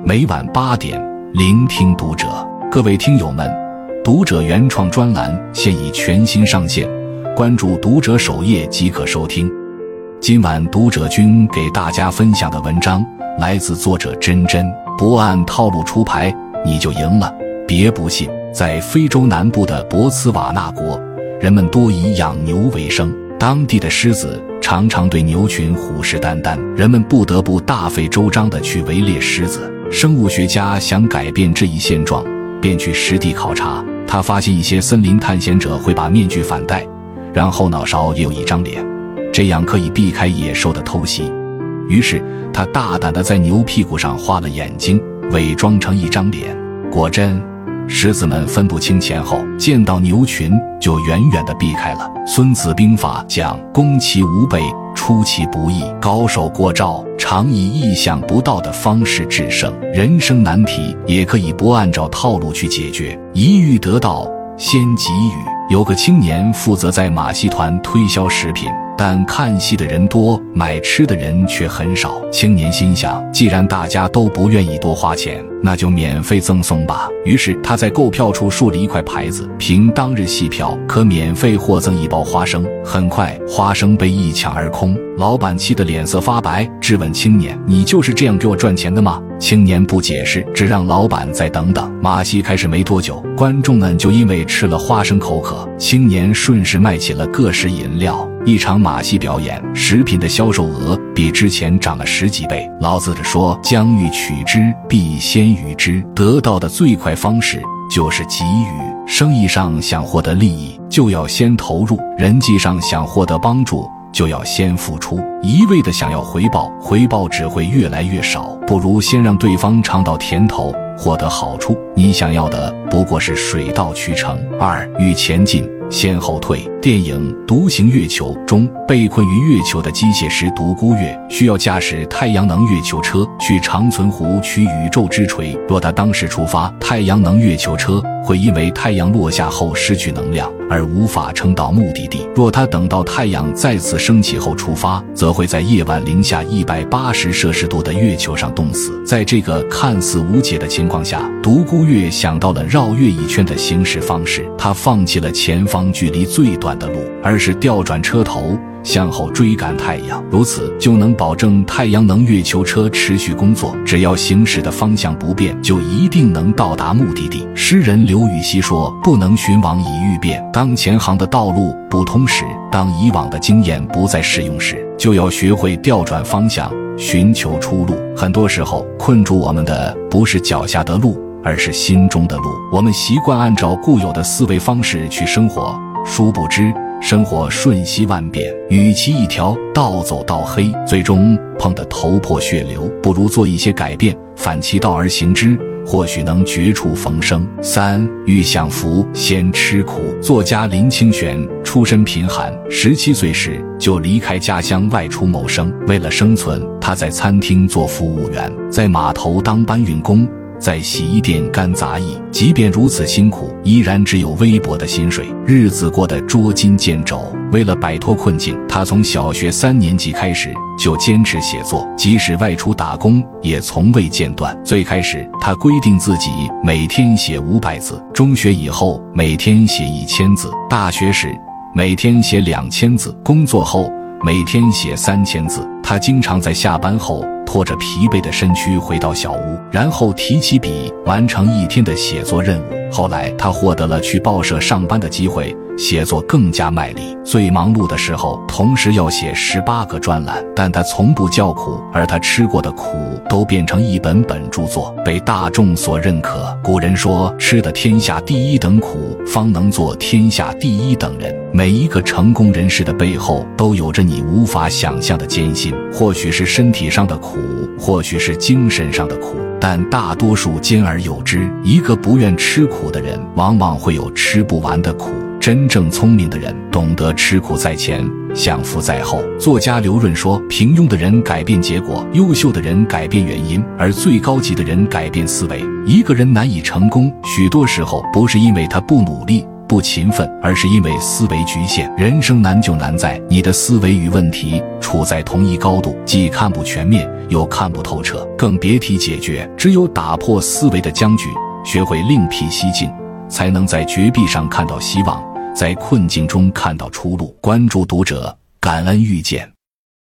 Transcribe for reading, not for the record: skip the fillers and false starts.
每晚8点，聆听读者。各位听友们，读者原创专栏现已全新上线，关注读者首页即可收听。今晚读者君给大家分享的文章来自作者真真。不按套路出牌你就赢了，别不信。在非洲南部的博茨瓦纳国，人们多以养牛为生，当地的狮子常常对牛群虎视眈眈，人们不得不大费周章地去围猎狮子。生物学家想改变这一现状，便去实地考察。他发现一些森林探险者会把面具反戴，让后脑勺也有一张脸，这样可以避开野兽的偷袭。于是他大胆地在牛屁股上画了眼睛，伪装成一张脸。果真，狮子们分不清前后，见到牛群就远远地避开了。孙子兵法讲，攻其无备，出其不意，高手过招常以意想不到的方式制胜。人生难题也可以不按照套路去解决，一欲得道先给予。有个青年负责在马戏团推销食品，但看戏的人多，买吃的人却很少。青年心想，既然大家都不愿意多花钱，那就免费赠送吧。于是他在购票处竖了一块牌子，凭当日戏票可免费获赠1包花生。很快花生被一抢而空，老板气得脸色发白，质问青年，你就是这样给我赚钱的吗？青年不解释，只让老板再等等。马戏开始没多久，观众们就因为吃了花生口渴，青年顺势卖起了各式饮料。一场马戏表演，食品的销售额比之前涨了10几倍。老子说，将欲取之，必先予之。得到的最快方式就是给予。生意上想获得利益，就要先投入；人际上想获得帮助，就要先付出。一味的想要回报，回报只会越来越少。不如先让对方尝到甜头，获得好处。你想要的不过是水到渠成。2. 欲前进先后退。电影《独行月球》中，被困于月球的机械师独孤月需要驾驶太阳能月球车去长存湖取宇宙之锤。若他当时出发，太阳能月球车会因为太阳落下后失去能量而无法撑到目的地。若他等到太阳再次升起后出发，则会在夜晚零下180摄氏度的月球上冻死。在这个看似无解的情况下，独孤月想到了绕月一圈的行驶方式。他放弃了前方距离最短的路，而是调转车头向后追赶太阳，如此就能保证太阳能月球车持续工作。只要行驶的方向不变，就一定能到达目的地。诗人刘禹锡说，不能寻往以欲变。当前行的道路不通时，当以往的经验不再适用时，就要学会调转方向，寻求出路。很多时候，困住我们的不是脚下的路，而是心中的路。我们习惯按照固有的思维方式去生活，殊不知生活瞬息万变，与其一条道走到黑，最终碰得头破血流，不如做一些改变，反其道而行之，或许能绝处逢生。3. 欲享福先吃苦。作家林清玄出身贫寒，17岁时就离开家乡外出谋生。为了生存，他在餐厅做服务员，在码头当搬运工，在洗衣店干杂役。即便如此辛苦，依然只有微薄的薪水，日子过得捉襟见肘。为了摆脱困境，他从小学3年级开始就坚持写作，即使外出打工也从未间断。最开始他规定自己每天写500字，中学以后每天写1000字，大学时每天写2000字，工作后每天写3000字。他经常在下班后拖着疲惫的身躯回到小屋，然后提起笔完成一天的写作任务。后来他获得了去报社上班的机会，写作更加卖力。最忙碌的时候，同时要写18个专栏，但他从不叫苦，而他吃过的苦都变成一本本著作，被大众所认可。古人说，吃得天下第一等苦，方能做天下第一等人。每一个成功人士的背后都有着你无法想象的艰辛，或许是身体上的苦，或许是精神上的苦，但大多数兼而有之。一个不愿吃苦的人，往往会有吃不完的苦。真正聪明的人懂得吃苦在前，享福在后。作家刘润说，平庸的人改变结果，优秀的人改变原因，而最高级的人改变思维。一个人难以成功，许多时候不是因为他不努力， 不勤奋，而是因为思维局限。人生难就难在你的思维与问题处在同一高度，既看不全面，又看不透彻，更别提解决。只有打破思维的僵局，学会另辟蹊径，才能在绝壁上看到希望，在困境中看到出路。关注读者，感恩遇见。